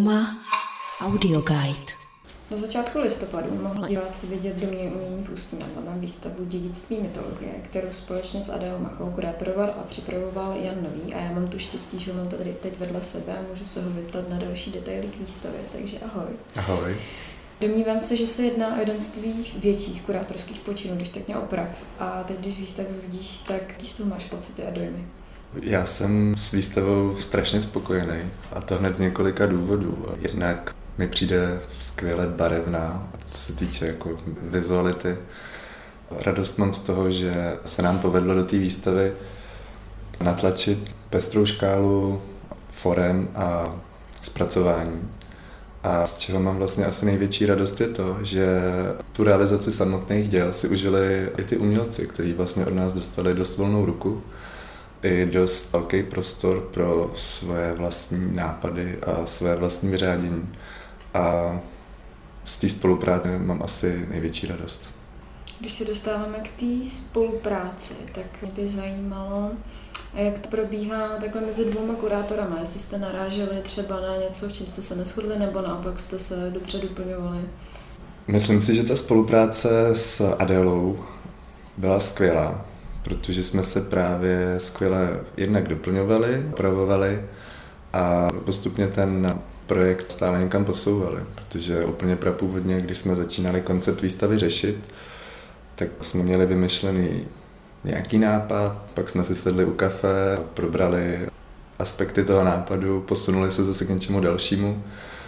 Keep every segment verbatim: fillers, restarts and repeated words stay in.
Trauma Audio Guide. Na začátku listopadu mohli diváci vidět v Domě umění v Ústí nad Labem výstavu Dědictví mytologie, kterou společně s Adéou Machou kurátoroval a připravoval Jan Nový, a já mám tu štěstí, že mám to tady teď vedle sebe a můžu se ho vyptat na další detaily k výstavě, takže ahoj. Ahoj. Domnívám se, že se jedná o jeden z tvých větších kurátorských počinů, když tak mě oprav. A teď, když výstavu vidíš, tak jaký z toho máš pocity a dojmy? Já jsem s výstavou strašně spokojený, a to hned z několika důvodů. Jednak mi přijde skvěle barevná, co se týče jako vizuality. Radost mám z toho, že se nám povedlo do té výstavy natlačit pestrou škálu forem a zpracování. A z čeho mám vlastně asi největší radost je to, že tu realizaci samotných děl si užili i ty umělci, kteří vlastně od nás dostali dost volnou ruku i dost velký prostor pro svoje vlastní nápady a své vlastní vyřádění. A z té spolupráce mám asi největší radost. Když se dostáváme k té spolupráci, tak mě by zajímalo, jak to probíhá takhle mezi dvouma kurátorama, jestli jste naráželi třeba na něco, v čem jste se neshodli, nebo naopak jste se dobře doplňovali? Myslím si, že ta spolupráce s Adélou byla skvělá, protože jsme se právě skvěle jednak doplňovali, upravovali a postupně ten projekt stále někam posouvali, protože úplně prapůvodně, když jsme začínali koncept výstavy řešit, tak jsme měli vymyšlený nějaký nápad, pak jsme si sedli u kafe, probrali aspekty toho nápadu, posunuli se zase k něčemu dalšímu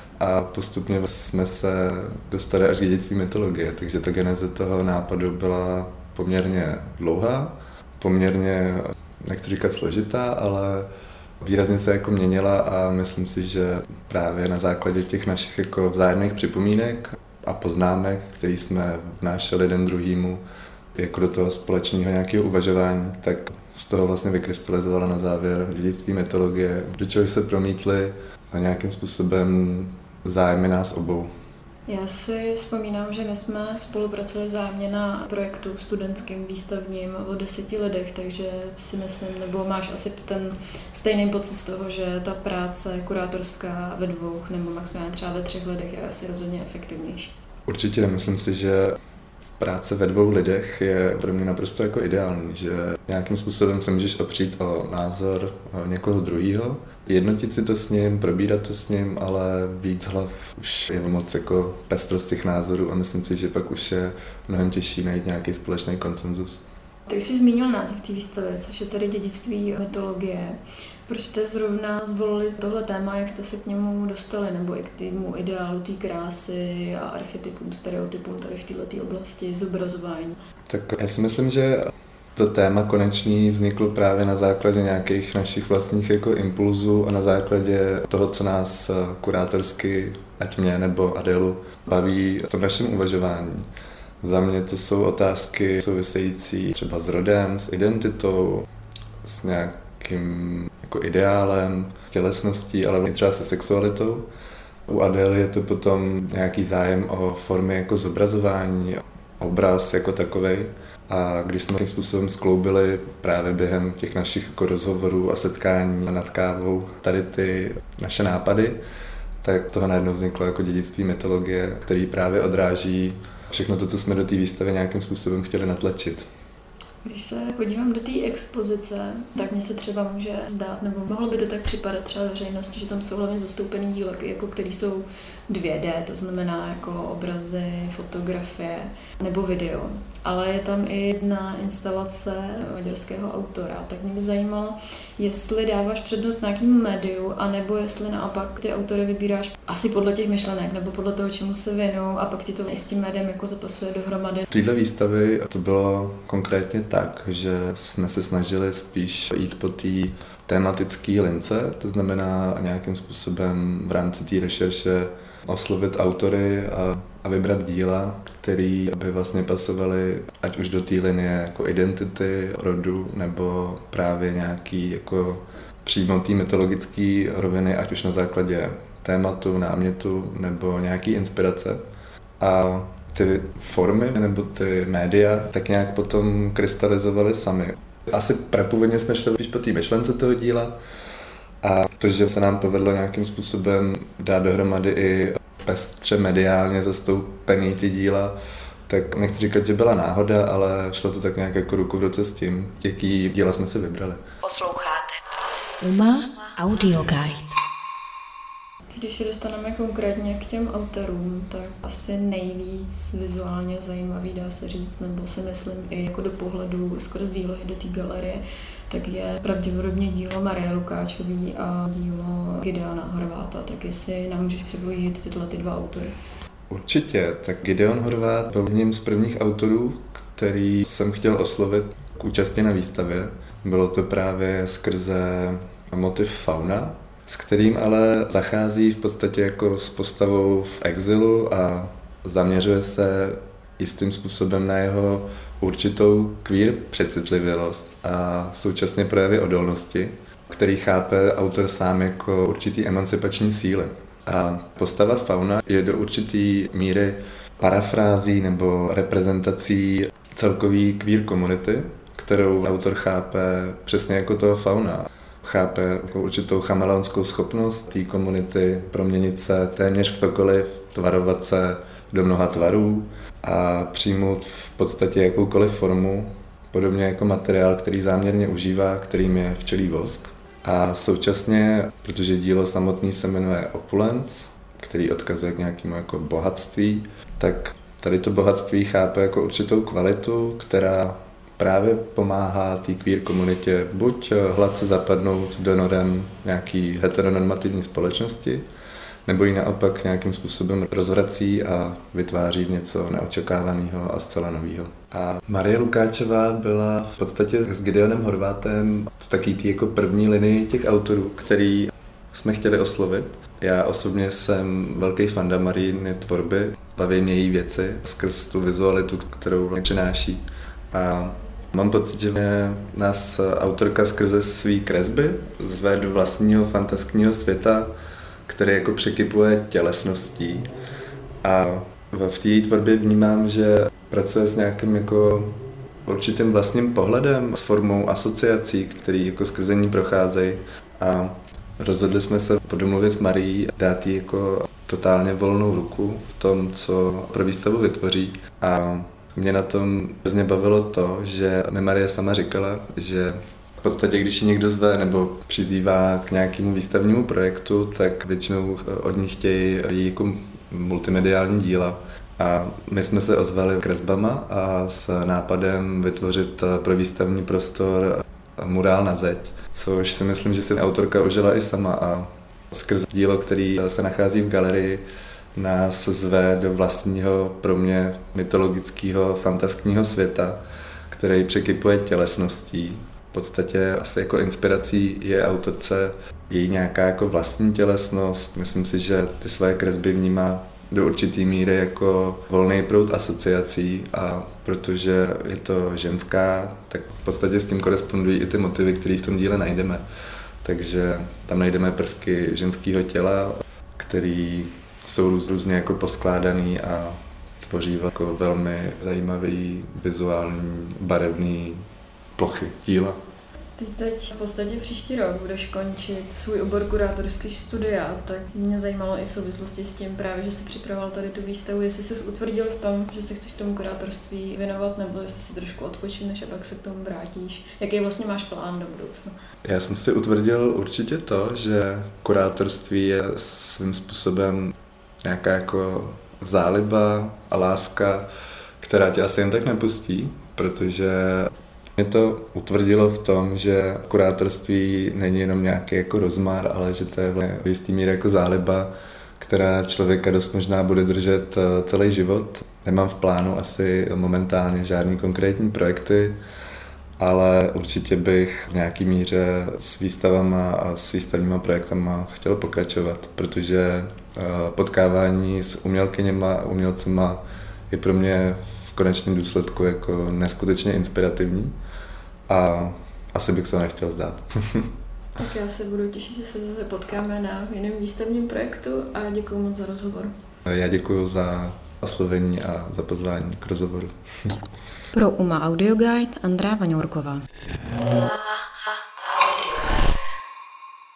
a postupně jsme se dostali až k dědictví mytologie, takže ta geneze toho nápadu byla poměrně dlouhá, poměrně, nechci říkat složitá, ale výrazně se jako měnila a myslím si, že právě na základě těch našich jako vzájemných připomínek a poznámek, které jsme vnášeli jeden druhýmu jako do toho společného nějakého uvažování, tak z toho vlastně vykrystalizovala na závěr dědictví mytologie, do čeho se promítly a nějakým způsobem zájmy nás obou. Já si vzpomínám, že my jsme spolupracovali vzájemně na projektu studentským výstavním o deseti lidech, takže si myslím, nebo máš asi ten stejný pocit z toho, že ta práce kurátorská ve dvou nebo maximálně třeba ve třech lidech je asi rozhodně efektivnější. Určitě, myslím si, že práce ve dvou lidech je pro mě naprosto jako ideální, že nějakým způsobem se můžeš opřít o názor někoho druhýho, jednotit si to s ním, probírat to s ním, ale víc hlav už je moc jako pestrost těch názorů a myslím si, že pak už je mnohem těžší najít nějaký společný konsenzus. Ty už jsi zmínil název té výstavy, což je tedy dědictví mytologie. Proč jste zrovna zvolili tohle téma, jak jste se k němu dostali, nebo i k tému ideálu té krásy a archetypům, stereotypům tady v této oblasti zobrazování? Tak já si myslím, že to téma konečný vzniklo právě na základě nějakých našich vlastních jako impulzů a na základě toho, co nás kurátorsky, ať mě nebo Adélu, baví v tom našem uvažování. Za mě to jsou otázky související třeba s rodem, s identitou, s nějakým jako ideálem, s tělesností, ale i třeba se sexualitou. U Adély je to potom nějaký zájem o formy jako zobrazování, obraz jako takovej. A když jsme tím způsobem skloubili právě během těch našich jako rozhovorů a setkání nad kávou tady ty naše nápady, tak toho najednou vzniklo jako dědictví mytologie, který právě odráží všechno to, co jsme do té výstavy nějakým způsobem chtěli natlačit. Když se podívám do té expozice, tak mně se třeba může zdát, nebo mohlo by to tak připadat třeba veřejnosti, že tam jsou hlavně zastoupený díla, jako který jsou dvě dé, to znamená jako obrazy, fotografie nebo video. Ale je tam i jedna instalace maďarského autora, tak mě by zajímalo, jestli dáváš přednost nějakému médiu, anebo jestli naopak ty autory vybíráš asi podle těch myšlenek, nebo podle toho, čemu se věnují, a pak ti to i s tím médiem jako zapasuje dohromady. V této výstavy to bylo konkrétně tak, že jsme se snažili spíš jít po té tematické lince, to znamená nějakým způsobem v rámci té rešerše oslovit autory a, a vybrat díla, které by vlastně pasovaly ať už do té linie jako identity, rodu, nebo právě nějaký jako přímo té mytologické roviny, ať už na základě tématu, námětu nebo nějaký inspirace. A ty formy nebo ty média tak nějak potom krystalizovaly sami. Asi prapůvodně jsme šli spíš po té myšlence toho díla, A to, že se nám povedlo nějakým způsobem dát dohromady i pestře mediálně zastoupený ty díla, tak nechci říkat, že byla náhoda, ale šlo to tak nějak jako ruku v ruce s tím, jaký díla jsme si vybrali. Posloucháte Uma Audio Guide. Když se dostaneme konkrétně k těm autorům, tak asi nejvíc vizuálně zajímavý, dá se říct, nebo si myslím i jako do pohledu skoro z výlohy do té galerie, tak je pravděpodobně dílo Marie Lukáčové a dílo Gideona Horváta. Tak jestli nám můžeš přiblížit tyhle ty dva autory. Určitě. Tak Gideon Horvát byl jedním z prvních autorů, který jsem chtěl oslovit k účasti na výstavě. Bylo to právě skrze motiv fauna, s kterým ale zachází v podstatě jako s postavou v exilu a zaměřuje se jistým způsobem na jeho určitou queer přecitlivělost a současně projevy odolnosti, který chápe autor sám jako určitý emancipační síly. A postava fauna je do určitý míry parafrází nebo reprezentací celkový queer komunity, kterou autor chápe přesně jako toho fauna. Chápe jako určitou chameleonskou schopnost té komunity proměnit se téměř v cokoliv, tvarovat se do mnoha tvarů a přijmout v podstatě jakoukoliv formu, podobně jako materiál, který záměrně užívá, kterým je včelí vosk. A současně, protože dílo samotné se jmenuje Opulence, který odkazuje k nějakému jako bohatství, tak tady to bohatství chápe jako určitou kvalitu, která právě pomáhá té queer komunitě buď hladce zapadnout do norem nějaký heteronormativní společnosti, nebo ji naopak nějakým způsobem rozvrací a vytváří v něco neočekávaného a zcela nového. A Marie Lukáčová byla v podstatě s Gideonem Horvátem v taký tý jako první linii těch autorů, který jsme chtěli oslovit. Já osobně jsem velký fanda Marijiny tvorby, baví mě její věci skrz tu vizualitu, kterou přináší. A mám pocit, že nás autorka skrze svý kresby zve do vlastního fantaskního světa, který jako překypuje tělesností. A v té tvorbě vnímám, že pracuje s nějakým jako určitým vlastním pohledem, s formou asociací, které jako skrze ní procházejí. A rozhodli jsme se po domluvě s Marií dát jí jako totálně volnou ruku v tom, co pro výstavu vytvoří. A mě na tom hrozně bavilo to, že mi Marie sama říkala, že v podstatě, když ji někdo zve nebo přizývá k nějakému výstavnímu projektu, tak většinou od nich chtějí jí jako multimediální díla. A my jsme se ozvali kresbama a s nápadem vytvořit pro výstavní prostor murál na zeď, což si myslím, že si autorka užila i sama a skrz dílo, který se nachází v galerii, nás zve do vlastního pro mě mytologického, fantaskního světa, který překypuje tělesností. V podstatě asi jako inspirací je autorce její nějaká jako vlastní tělesnost. Myslím si, že ty své kresby vnímá do určitý míry jako volný proud asociací a protože je to ženská, tak v podstatě s tím korespondují i ty motivy, které v tom díle najdeme. Takže tam najdeme prvky ženského těla, který jsou různě jako poskládaný a tvoří jako velmi zajímavý, vizuální, barevný plochy díla. Ty teď v podstatě příští rok budeš končit svůj obor kurátorský studia, tak mě zajímalo i v souvislosti s tím právě, že jsi připravoval tady tu výstavu, jestli jsi utvrdil v tom, že se chceš tomu kurátorství věnovat, nebo jestli si trošku odpočineš a pak se k tomu vrátíš. Jaký vlastně máš plán do budoucna? Já jsem si utvrdil určitě to, že kurátorství je svým způsobem nějaká jako záliba a láska, která tě asi jen tak nepustí, protože mě to utvrdilo v tom, že kurátorství není jenom nějaký jako rozmar, ale že to je v jistý míře jako záliba, která člověka dost možná bude držet celý život. Nemám v plánu asi momentálně žádný konkrétní projekty, ale určitě bych v nějaký míře s výstavama a s výstavníma projektama chtěl pokračovat, protože potkávání s umělkyněma a umělcema je pro mě v konečném důsledku jako neskutečně inspirativní a asi bych se to nechtěl zdát. Tak já se budu těšit, že se zase potkáme na jiném výstavním projektu a děkuji moc za rozhovor. Já děkuji za oslovení a za pozvání k rozhovoru. Pro Uma Audio Guide Andrá Vaňourková.